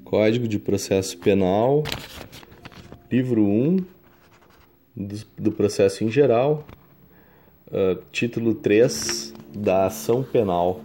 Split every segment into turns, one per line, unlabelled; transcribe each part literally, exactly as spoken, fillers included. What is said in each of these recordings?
Código de Processo Penal, livro um do, do processo em geral, uh, título três da ação penal.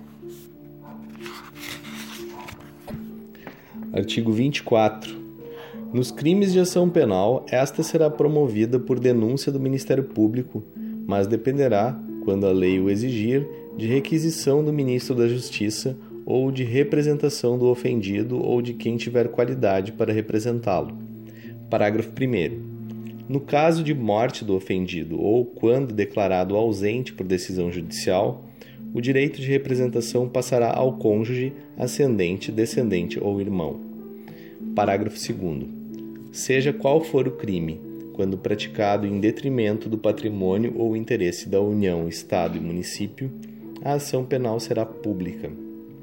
Artigo vinte e quatro. Nos crimes de ação penal, esta será promovida por denúncia do Ministério Público, mas dependerá, quando a lei o exigir, de requisição do Ministro da Justiça ou de representação do ofendido ou de quem tiver qualidade para representá-lo. Parágrafo primeiro. No caso de morte do ofendido ou quando declarado ausente por decisão judicial, o direito de representação passará ao cônjuge, ascendente, descendente ou irmão. Parágrafo segundo. Seja qual for o crime, quando praticado em detrimento do patrimônio ou interesse da União, Estado e Município, a ação penal será pública.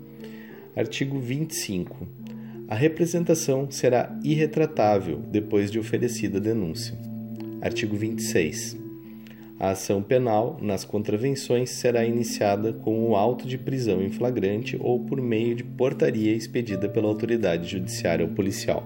Artigo vinte e cinco. A representação será irretratável depois de oferecida a denúncia. Artigo vinte e seis. A ação penal, nas contravenções, será iniciada com o auto de prisão em flagrante ou por meio de portaria expedida pela autoridade judiciária ou policial.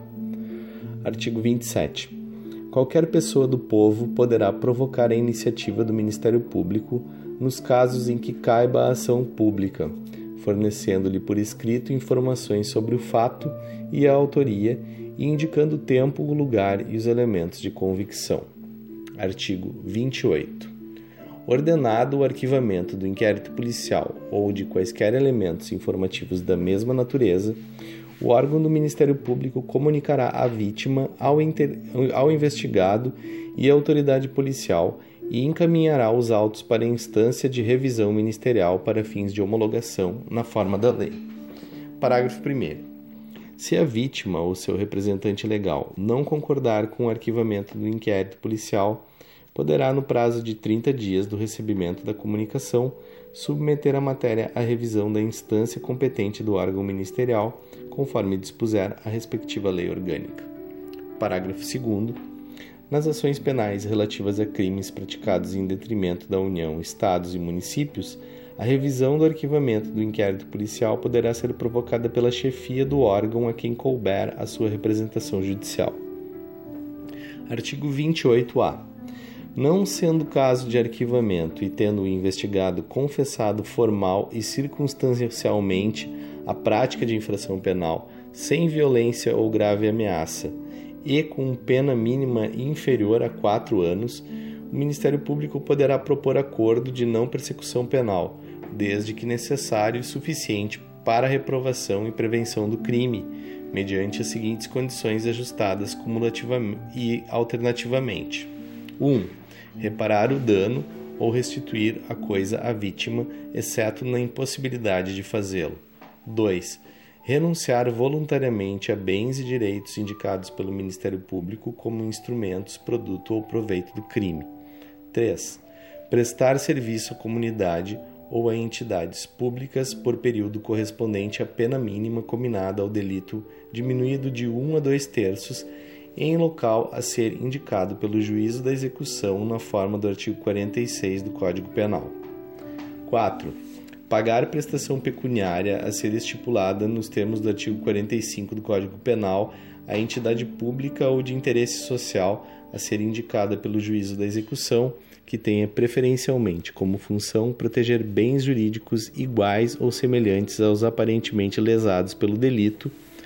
Artigo vinte e sete. Qualquer pessoa do povo poderá provocar a iniciativa do Ministério Público nos casos em que caiba a ação pública, fornecendo-lhe por escrito informações sobre o fato e a autoria e indicando o tempo, o lugar e os elementos de convicção. Artigo vinte e oito. Ordenado o arquivamento do inquérito policial ou de quaisquer elementos informativos da mesma natureza, o órgão do Ministério Público comunicará à vítima, ao, inter... ao investigado e à autoridade policial e encaminhará os autos para a instância de revisão ministerial para fins de homologação na forma da lei. Parágrafo primeiro. Se a vítima ou seu representante legal não concordar com o arquivamento do inquérito policial, poderá, no prazo de trinta dias do recebimento da comunicação, submeter a matéria à revisão da instância competente do órgão ministerial, conforme dispuser a respectiva lei orgânica. Parágrafo segundo. Nas ações penais relativas a crimes praticados em detrimento da União, Estados e Municípios, a revisão do arquivamento do inquérito policial poderá ser provocada pela chefia do órgão a quem couber a sua representação judicial. Artigo vinte e oito A. Não sendo caso de arquivamento e tendo o investigado confessado formal e circunstancialmente a prática de infração penal sem violência ou grave ameaça e com pena mínima inferior a quatro anos, o Ministério Público poderá propor acordo de não persecução penal, desde que necessário e suficiente para a reprovação e prevenção do crime, mediante as seguintes condições ajustadas cumulativamente e alternativamente. um. Reparar o dano ou restituir a coisa à vítima, exceto na impossibilidade de fazê-lo. dois. Renunciar voluntariamente a bens e direitos indicados pelo Ministério Público como instrumentos, produto ou proveito do crime. três. Prestar serviço à comunidade ou a entidades públicas por período correspondente à pena mínima combinada ao delito diminuído de um a dois terços em local a ser indicado pelo juízo da execução na forma do artigo quarenta e seis do Código Penal. quatro. Pagar prestação pecuniária a ser estipulada nos termos do artigo quarenta e cinco do Código Penal à entidade pública ou de interesse social a ser indicada pelo juízo da execução, que tenha preferencialmente como função proteger bens jurídicos iguais ou semelhantes aos aparentemente lesados pelo delito,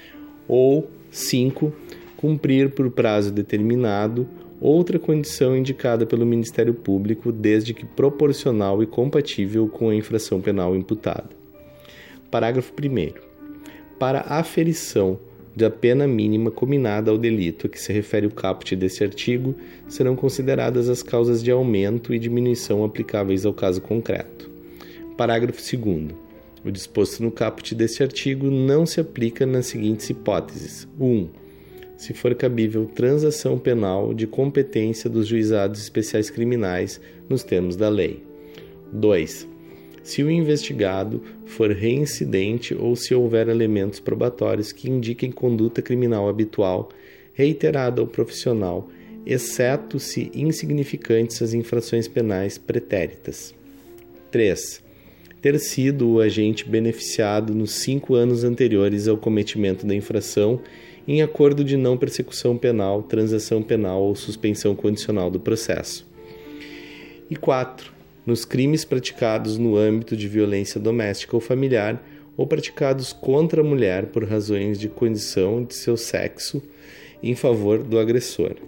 ou cinco. Cumprir por prazo determinado outra condição indicada pelo Ministério Público, desde que proporcional e compatível com a infração penal imputada. Parágrafo primeiro. Para a aferição da pena mínima combinada ao delito a que se refere o caput desse artigo, serão consideradas as causas de aumento e diminuição aplicáveis ao caso concreto. Parágrafo segundo. O disposto no caput desse artigo não se aplica nas seguintes hipóteses. um. Se for cabível transação penal de competência dos juizados especiais criminais nos termos da lei. dois. Se o investigado for reincidente ou se houver elementos probatórios que indiquem conduta criminal habitual, reiterada ou profissional, exceto se insignificantes as infrações penais pretéritas. três. ter sido o agente beneficiado nos cinco anos anteriores ao cometimento da infração em acordo de não persecução penal, transação penal ou suspensão condicional do processo. E quatro. Nos crimes praticados no âmbito de violência doméstica ou familiar ou praticados contra a mulher por razões de condição de seu sexo em favor do agressor.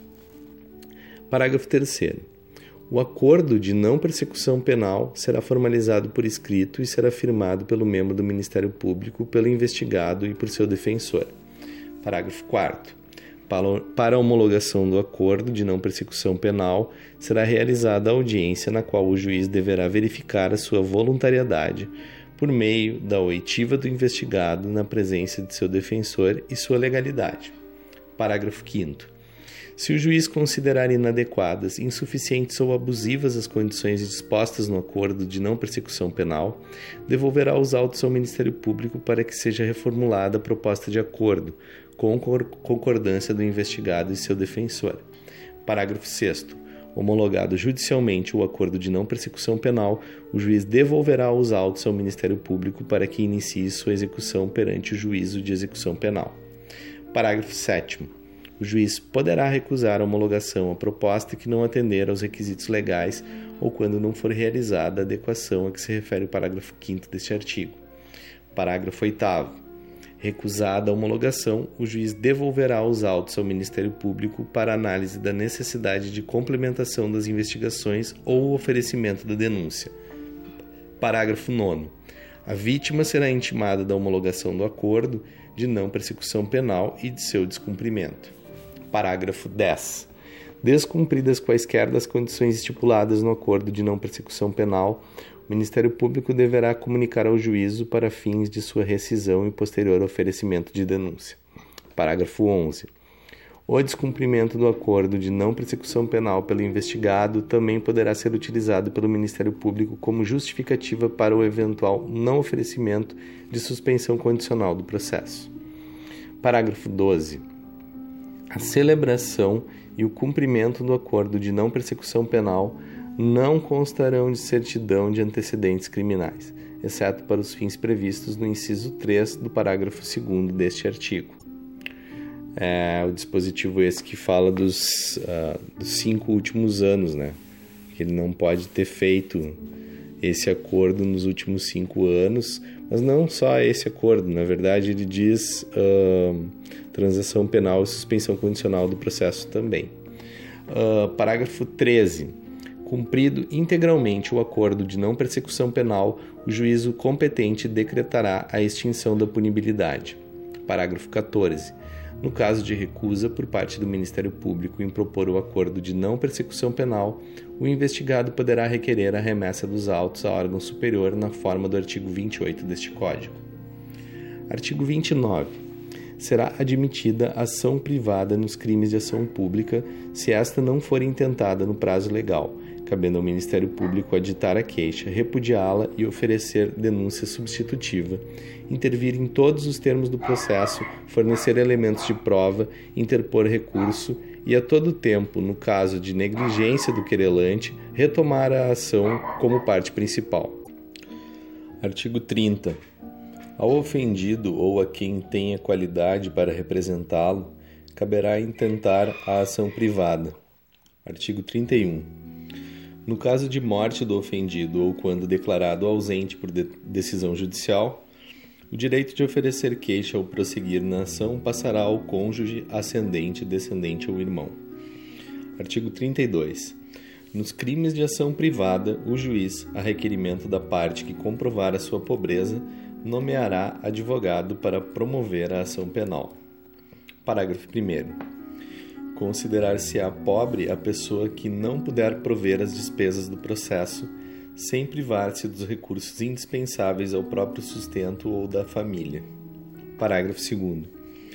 Parágrafo terceiro. O acordo de não persecução penal será formalizado por escrito e será firmado pelo membro do Ministério Público, pelo investigado e por seu defensor. Parágrafo quarto. Para a homologação do acordo de não persecução penal, será realizada a audiência na qual o juiz deverá verificar a sua voluntariedade por meio da oitiva do investigado na presença de seu defensor e sua legalidade. Parágrafo quinto. Se o juiz considerar inadequadas, insuficientes ou abusivas as condições dispostas no acordo de não persecução penal, devolverá os autos ao Ministério Público para que seja reformulada a proposta de acordo, com concordância do investigado e seu defensor. Parágrafo sexto. Homologado judicialmente o acordo de não persecução penal, o juiz devolverá os autos ao Ministério Público para que inicie sua execução perante o juízo de execução penal. Parágrafo sétimo. O juiz poderá recusar a homologação à proposta que não atender aos requisitos legais ou quando não for realizada a adequação a que se refere o parágrafo quinto deste artigo. Parágrafo oitavo. Recusada a homologação, o juiz devolverá os autos ao Ministério Público para análise da necessidade de complementação das investigações ou oferecimento da denúncia. Parágrafo nono. A vítima será intimada da homologação do acordo de não persecução penal e de seu descumprimento. Parágrafo dez. Descumpridas quaisquer das condições estipuladas no acordo de não persecução penal, o Ministério Público deverá comunicar ao juízo para fins de sua rescisão e posterior oferecimento de denúncia. Parágrafo onze. O descumprimento do acordo de não persecução penal pelo investigado também poderá ser utilizado pelo Ministério Público como justificativa para o eventual não oferecimento de suspensão condicional do processo. Parágrafo doze. A celebração e o cumprimento do acordo de não persecução penal não constarão de certidão de antecedentes criminais, exceto para os fins previstos no inciso três do parágrafo segundo deste artigo. É o dispositivo esse que fala dos, uh, dos cinco últimos anos, né? Que ele não pode ter feito esse acordo nos últimos cinco anos, mas não só esse acordo, na verdade ele diz uh, transação penal e suspensão condicional do processo também. Uh, parágrafo treze. Cumprido integralmente o acordo de não persecução penal, o juízo competente decretará a extinção da punibilidade. Parágrafo quatorze. No caso de recusa por parte do Ministério Público em propor o acordo de não persecução penal, o investigado poderá requerer a remessa dos autos a órgão superior na forma do artigo vinte e oito deste Código. Artigo vinte e nove. Será admitida ação privada nos crimes de ação pública se esta não for intentada no prazo legal, cabendo ao Ministério Público aditar a queixa, repudiá-la e oferecer denúncia substitutiva, intervir em todos os termos do processo, fornecer elementos de prova, interpor recurso e, a todo tempo, no caso de negligência do querelante, retomar a ação como parte principal. Artigo trinta. Ao ofendido ou a quem tenha qualidade para representá-lo, caberá intentar a ação privada. Artigo trinta e um. No caso de morte do ofendido ou quando declarado ausente por de- decisão judicial, o direito de oferecer queixa ou prosseguir na ação passará ao cônjuge, ascendente, descendente ou irmão. Artigo trinta e dois. Nos crimes de ação privada, o juiz, a requerimento da parte que comprovar a sua pobreza, nomeará advogado para promover a ação penal. Parágrafo primeiro. Considerar-se-á pobre a pessoa que não puder prover as despesas do processo, sem privar-se dos recursos indispensáveis ao próprio sustento ou da família. Parágrafo segundo.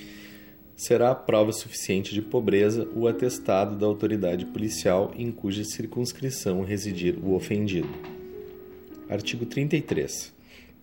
Será prova suficiente de pobreza o atestado da autoridade policial em cuja circunscrição residir o ofendido. Artigo trinta e três.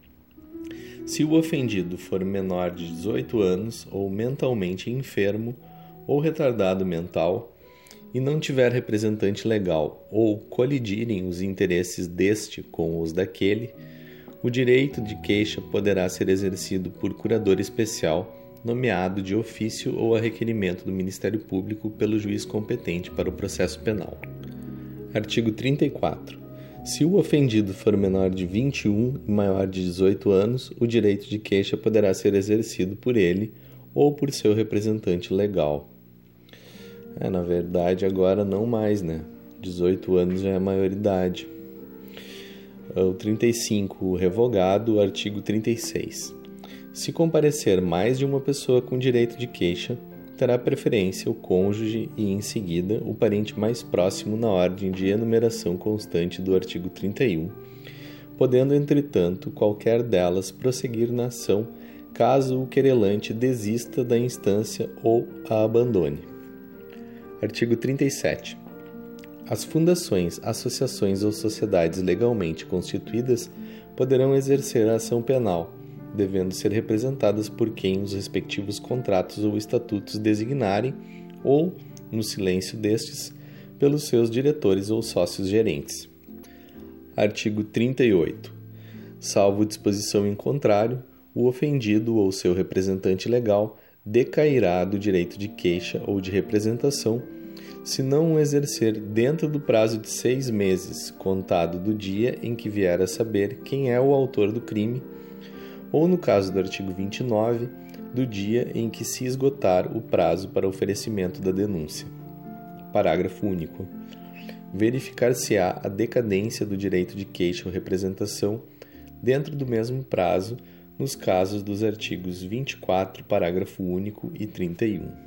Se o ofendido for menor de dezoito anos ou mentalmente enfermo ou retardado mental e não tiver representante legal ou colidirem os interesses deste com os daquele, O direito de queixa poderá ser exercido por curador especial, nomeado de ofício ou a requerimento do Ministério Público pelo juiz competente para o processo penal. Artigo trinta e quatro. Se o ofendido for menor de vinte e um e maior de dezoito anos, o direito de queixa poderá ser exercido por ele ou por seu representante legal. É, na verdade, agora não mais, né? dezoito anos já é a maioridade. O trinta e cinco, revogado, artigo trinta e seis. Se comparecer mais de uma pessoa com direito de queixa, terá preferência o cônjuge e, em seguida, o parente mais próximo na ordem de enumeração constante do artigo trinta e um, podendo, entretanto, qualquer delas prosseguir na ação caso o querelante desista da instância ou a abandone. Artigo trinta e sete. As fundações, associações ou sociedades legalmente constituídas poderão exercer a ação penal, devendo ser representadas por quem os respectivos contratos ou estatutos designarem, ou, no silêncio destes, pelos seus diretores ou sócios gerentes. Artigo trinta e oito. Salvo disposição em contrário, o ofendido ou seu representante legal decairá do direito de queixa ou de representação se não o exercer dentro do prazo de seis meses, contado do dia em que vier a saber quem é o autor do crime, ou, no caso do artigo vinte e nove, do dia em que se esgotar o prazo para oferecimento da denúncia. Parágrafo único. Verificar-se-á a decadência do direito de queixa ou representação dentro do mesmo prazo nos casos dos artigos vinte e quatro, parágrafo único e trinta e um.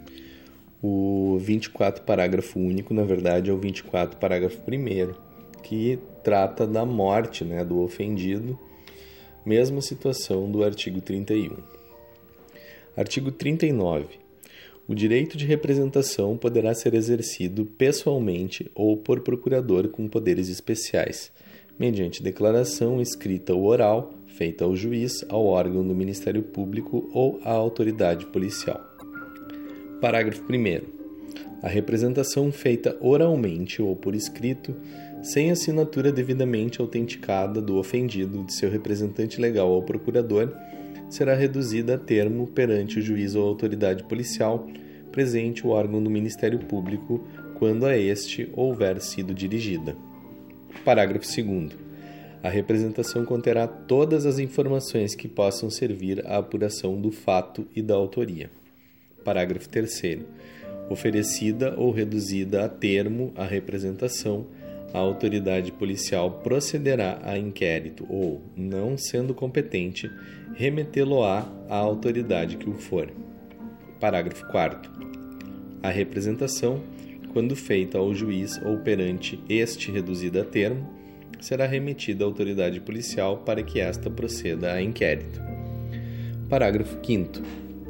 O vinte e quatro, parágrafo único, na verdade, é o vinte e quatro, parágrafo primeiro, que trata da morte, né, do ofendido, mesma situação do artigo trinta e um. Artigo trinta e nove. O direito de representação poderá ser exercido pessoalmente ou por procurador com poderes especiais, mediante declaração escrita ou oral, feita ao juiz, ao órgão do Ministério Público ou à autoridade policial. Parágrafo primeiro. A representação feita oralmente ou por escrito, sem assinatura devidamente autenticada do ofendido, de seu representante legal ou procurador, será reduzida a termo perante o juiz ou autoridade policial, presente o órgão do Ministério Público, quando a este houver sido dirigida. Parágrafo segundo. A representação conterá todas as informações que possam servir à apuração do fato e da autoria. Parágrafo terceiro. Oferecida ou reduzida a termo a representação, a autoridade policial procederá a inquérito ou, não sendo competente, remetê-lo-á à autoridade que o for. Parágrafo quarto. A representação, quando feita ao juiz ou perante este reduzida a termo, será remetida à autoridade policial para que esta proceda a inquérito. Parágrafo quinto.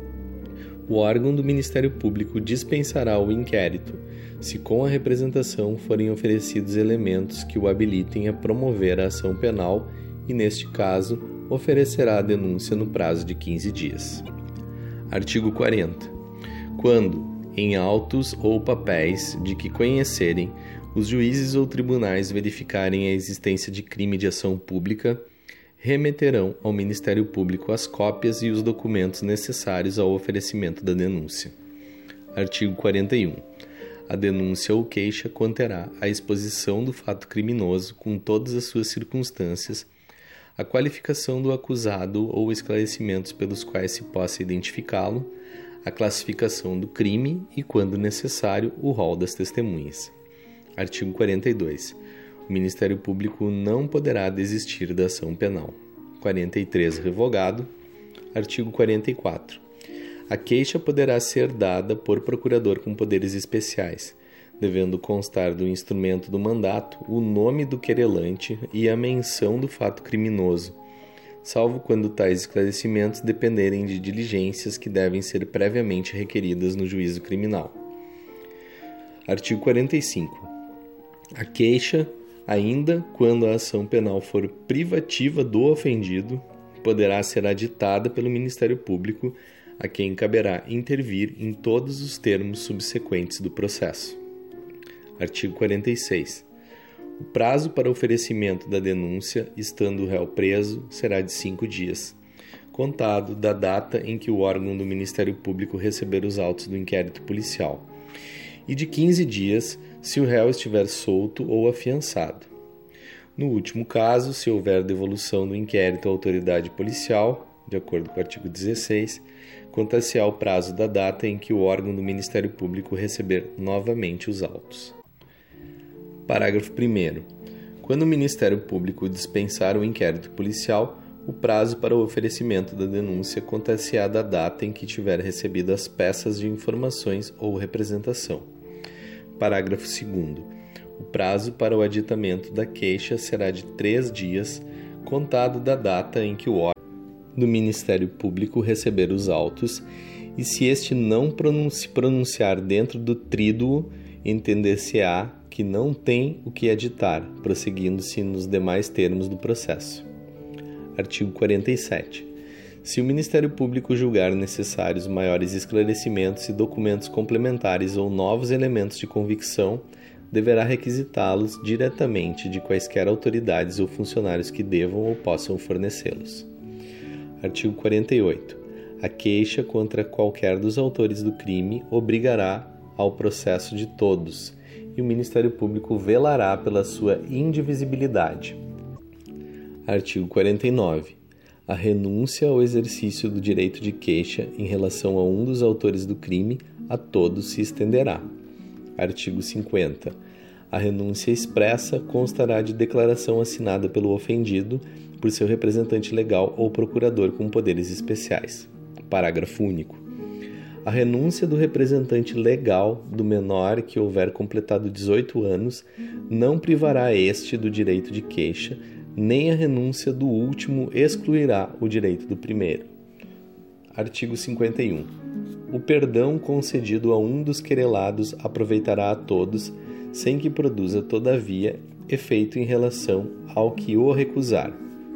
O órgão do Ministério Público dispensará o inquérito, se com a representação forem oferecidos elementos que o habilitem a promover a ação penal e, neste caso, oferecerá a denúncia no prazo de quinze dias. Artigo quarenta. Quando, em autos ou papéis de que conhecerem, os juízes ou tribunais verificarem a existência de crime de ação pública, remeterão ao Ministério Público as cópias e os documentos necessários ao oferecimento da denúncia. Artigo quarenta e um. A denúncia ou queixa conterá a exposição do fato criminoso com todas as suas circunstâncias, a qualificação do acusado ou esclarecimentos pelos quais se possa identificá-lo, a classificação do crime e, quando necessário, o rol das testemunhas. Artigo quarenta e dois. O Ministério Público não poderá desistir da ação penal. quarenta e três, revogado. Artigo quarenta e quatro. A queixa poderá ser dada por procurador com poderes especiais, devendo constar do instrumento do mandato o nome do querelante e a menção do fato criminoso, salvo quando tais esclarecimentos dependerem de diligências que devem ser previamente requeridas no juízo criminal. Artigo quarenta e cinco. A queixa, ainda quando a ação penal for privativa do ofendido, poderá ser aditada pelo Ministério Público, a quem caberá intervir em todos os termos subsequentes do processo. Artigo quarenta e seis. O prazo para oferecimento da denúncia, estando o réu preso, será de cinco dias, contado da data em que o órgão do Ministério Público receber os autos do inquérito policial, e de quinze dias se o réu estiver solto ou afiançado. No último caso, se houver devolução do inquérito à autoridade policial, de acordo com o artigo dezesseis, contar-se-á o prazo da data em que o órgão do Ministério Público receber novamente os autos. Parágrafo primeiro. Quando o Ministério Público dispensar o inquérito policial, o prazo para o oferecimento da denúncia contar-se-á da data em que tiver recebido as peças de informações ou representação. Parágrafo segundo. O prazo para o aditamento da queixa será de três dias, contado da data em que o órgão do Ministério Público receber os autos, e se este não se pronunciar dentro do tríduo, entender-se-á que não tem o que aditar, prosseguindo-se nos demais termos do processo. Artigo quarenta e sete. Se o Ministério Público julgar necessários maiores esclarecimentos e documentos complementares ou novos elementos de convicção, deverá requisitá-los diretamente de quaisquer autoridades ou funcionários que devam ou possam fornecê-los. Artigo quarenta e oito. A queixa contra qualquer dos autores do crime obrigará ao processo de todos, e o Ministério Público velará pela sua indivisibilidade. Artigo quarenta e nove. A renúncia ao exercício do direito de queixa em relação a um dos autores do crime a todos se estenderá. Artigo cinquenta. A renúncia expressa constará de declaração assinada pelo ofendido por seu representante legal ou procurador com poderes especiais. Parágrafo único. A renúncia do representante legal do menor que houver completado dezoito anos não privará este do direito de queixa, nem a renúncia do último excluirá o direito do primeiro. Artigo cinquenta e um. O perdão concedido a um dos querelados aproveitará a todos, sem que produza, todavia, efeito em relação ao que o recusar.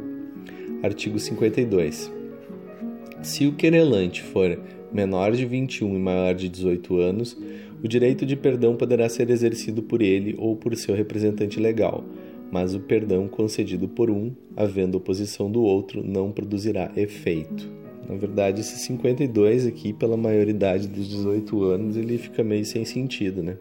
Artigo cinquenta e dois. Se o querelante for menor de vinte e um e maior de dezoito anos, o direito de perdão poderá ser exercido por ele ou por seu representante legal, mas o perdão concedido por um, havendo oposição do outro, não produzirá efeito. Na verdade, esse cinquenta e dois aqui, pela maioridade dos dezoito anos, ele fica meio sem sentido, né?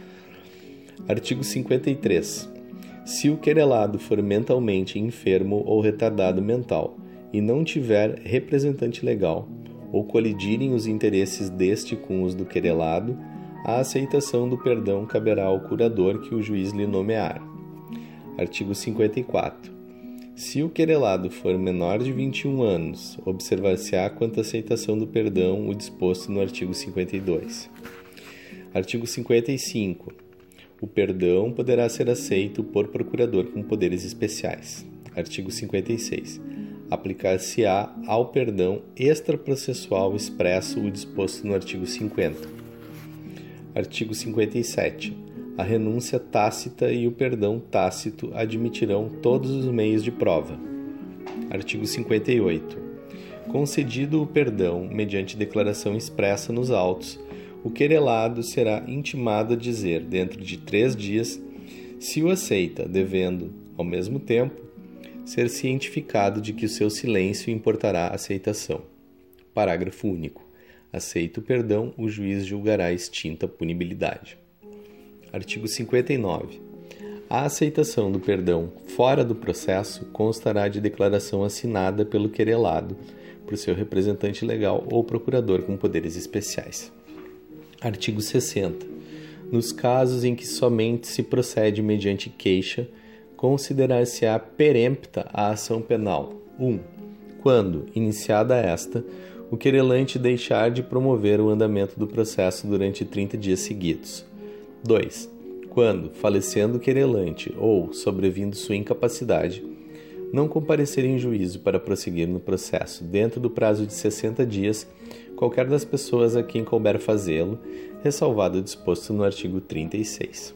Artigo cinquenta e três. Se o querelado for mentalmente enfermo ou retardado mental e não tiver representante legal, ou colidirem os interesses deste com os do querelado, a aceitação do perdão caberá ao curador que o juiz lhe nomear. Artigo cinquenta e quatro. Se o querelado for menor de vinte e um anos, observar-se-á quanto à aceitação do perdão o disposto no artigo cinquenta e dois. Artigo cinquenta e cinco. O perdão poderá ser aceito por procurador com poderes especiais. Artigo cinquenta e seis. Aplicar-se-á ao perdão extraprocessual expresso o disposto no artigo cinquenta. Artigo cinquenta e sete. A renúncia tácita e o perdão tácito admitirão todos os meios de prova. Artigo cinquenta e oito. Concedido o perdão mediante declaração expressa nos autos, o querelado será intimado a dizer, dentro de três dias, se o aceita, devendo, ao mesmo tempo, ser cientificado de que o seu silêncio importará a aceitação. Parágrafo único. Aceito o perdão, o juiz julgará extinta a punibilidade. Artigo cinquenta e nove. A aceitação do perdão fora do processo constará de declaração assinada pelo querelado, por seu representante legal ou procurador com poderes especiais. Artigo sessenta. Nos casos em que somente se procede mediante queixa, considerar-se-á perempta a ação penal. um. Quando, iniciada esta, o querelante deixar de promover o andamento do processo durante trinta dias seguidos. dois. Quando, falecendo o querelante ou sobrevindo sua incapacidade, não comparecer em juízo para prosseguir no processo dentro do prazo de sessenta dias, qualquer das pessoas a quem couber fazê-lo, ressalvado o disposto no artigo trinta e seis.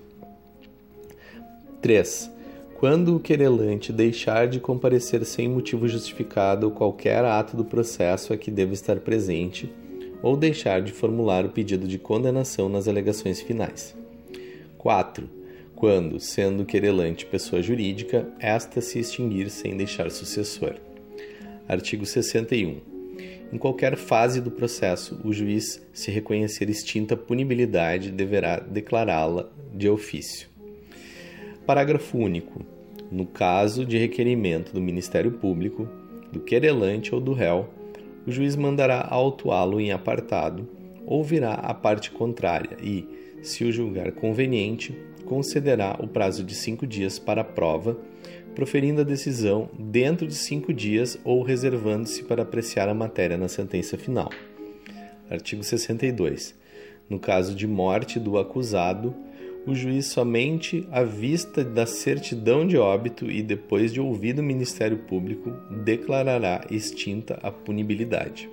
três. Quando o querelante deixar de comparecer sem motivo justificado ou qualquer ato do processo a que deva estar presente, ou deixar de formular o pedido de condenação nas alegações finais. quatro. quando, sendo querelante pessoa jurídica, esta se extinguir sem deixar sucessor. Artigo sessenta e um. Em qualquer fase do processo, o juiz, se reconhecer extinta a punibilidade, deverá declará-la de ofício. Parágrafo único. No caso de requerimento do Ministério Público, do querelante ou do réu, o juiz mandará autuá-lo em apartado, ouvirá a parte contrária e, se o julgar conveniente, concederá o prazo de cinco dias para a prova, proferindo a decisão dentro de cinco dias ou reservando-se para apreciar a matéria na sentença final. Artigo sessenta e dois. No caso de morte do acusado, o juiz, somente à vista da certidão de óbito e depois de ouvido o Ministério Público, declarará extinta a punibilidade.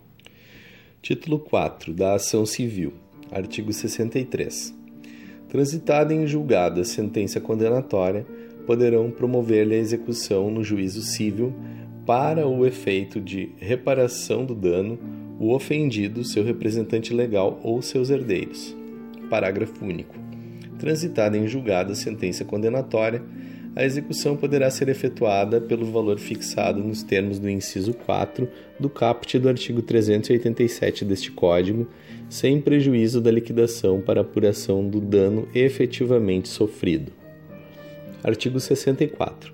Título quatro. Da ação civil. Artigo sessenta e três. Transitada em julgado a sentença condenatória, poderão promover-lhe a execução no juízo cível para o efeito de reparação do dano o ofendido, seu representante legal ou seus herdeiros. Parágrafo único. Transitada em julgado a sentença condenatória, a execução poderá ser efetuada pelo valor fixado nos termos do inciso quatro do caput do artigo trezentos e oitenta e sete deste Código, sem prejuízo da liquidação para apuração do dano efetivamente sofrido. Artigo sessenta e quatro.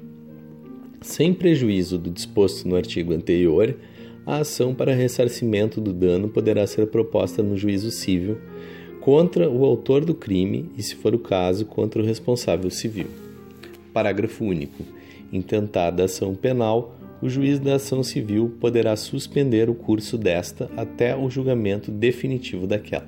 Sem prejuízo do disposto no artigo anterior, a ação para ressarcimento do dano poderá ser proposta no juízo cível contra o autor do crime e, se for o caso, contra o responsável civil. Parágrafo único. Intentada a ação penal, o juiz da ação civil poderá suspender o curso desta até o julgamento definitivo daquela.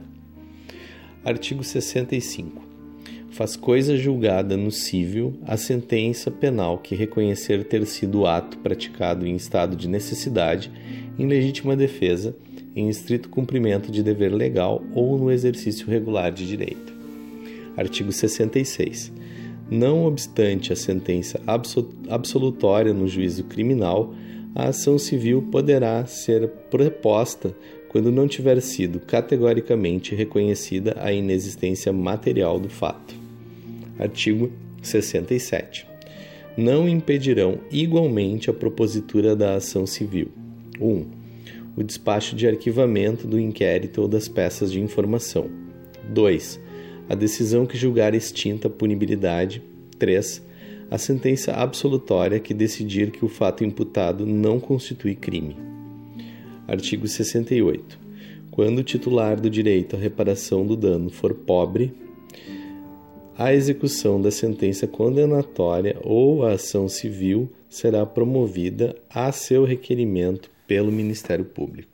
Artigo sessenta e cinco. Faz coisa julgada no cível a sentença penal que reconhecer ter sido o ato praticado em estado de necessidade, em legítima defesa, em estrito cumprimento de dever legal ou no exercício regular de direito. Artigo sessenta e seis. Não obstante a sentença absolutória no juízo criminal, a ação civil poderá ser proposta quando não tiver sido categoricamente reconhecida a inexistência material do fato. Artigo sessenta e sete. Não impedirão igualmente a propositura da ação civil. um. O despacho de arquivamento do inquérito ou das peças de informação. dois. A decisão que julgar extinta a punibilidade. três. A sentença absolutória que decidir que o fato imputado não constitui crime. Artigo sessenta e oito. Quando o titular do direito à reparação do dano for pobre, a execução da sentença condenatória ou a ação civil será promovida a seu requerimento pelo Ministério Público.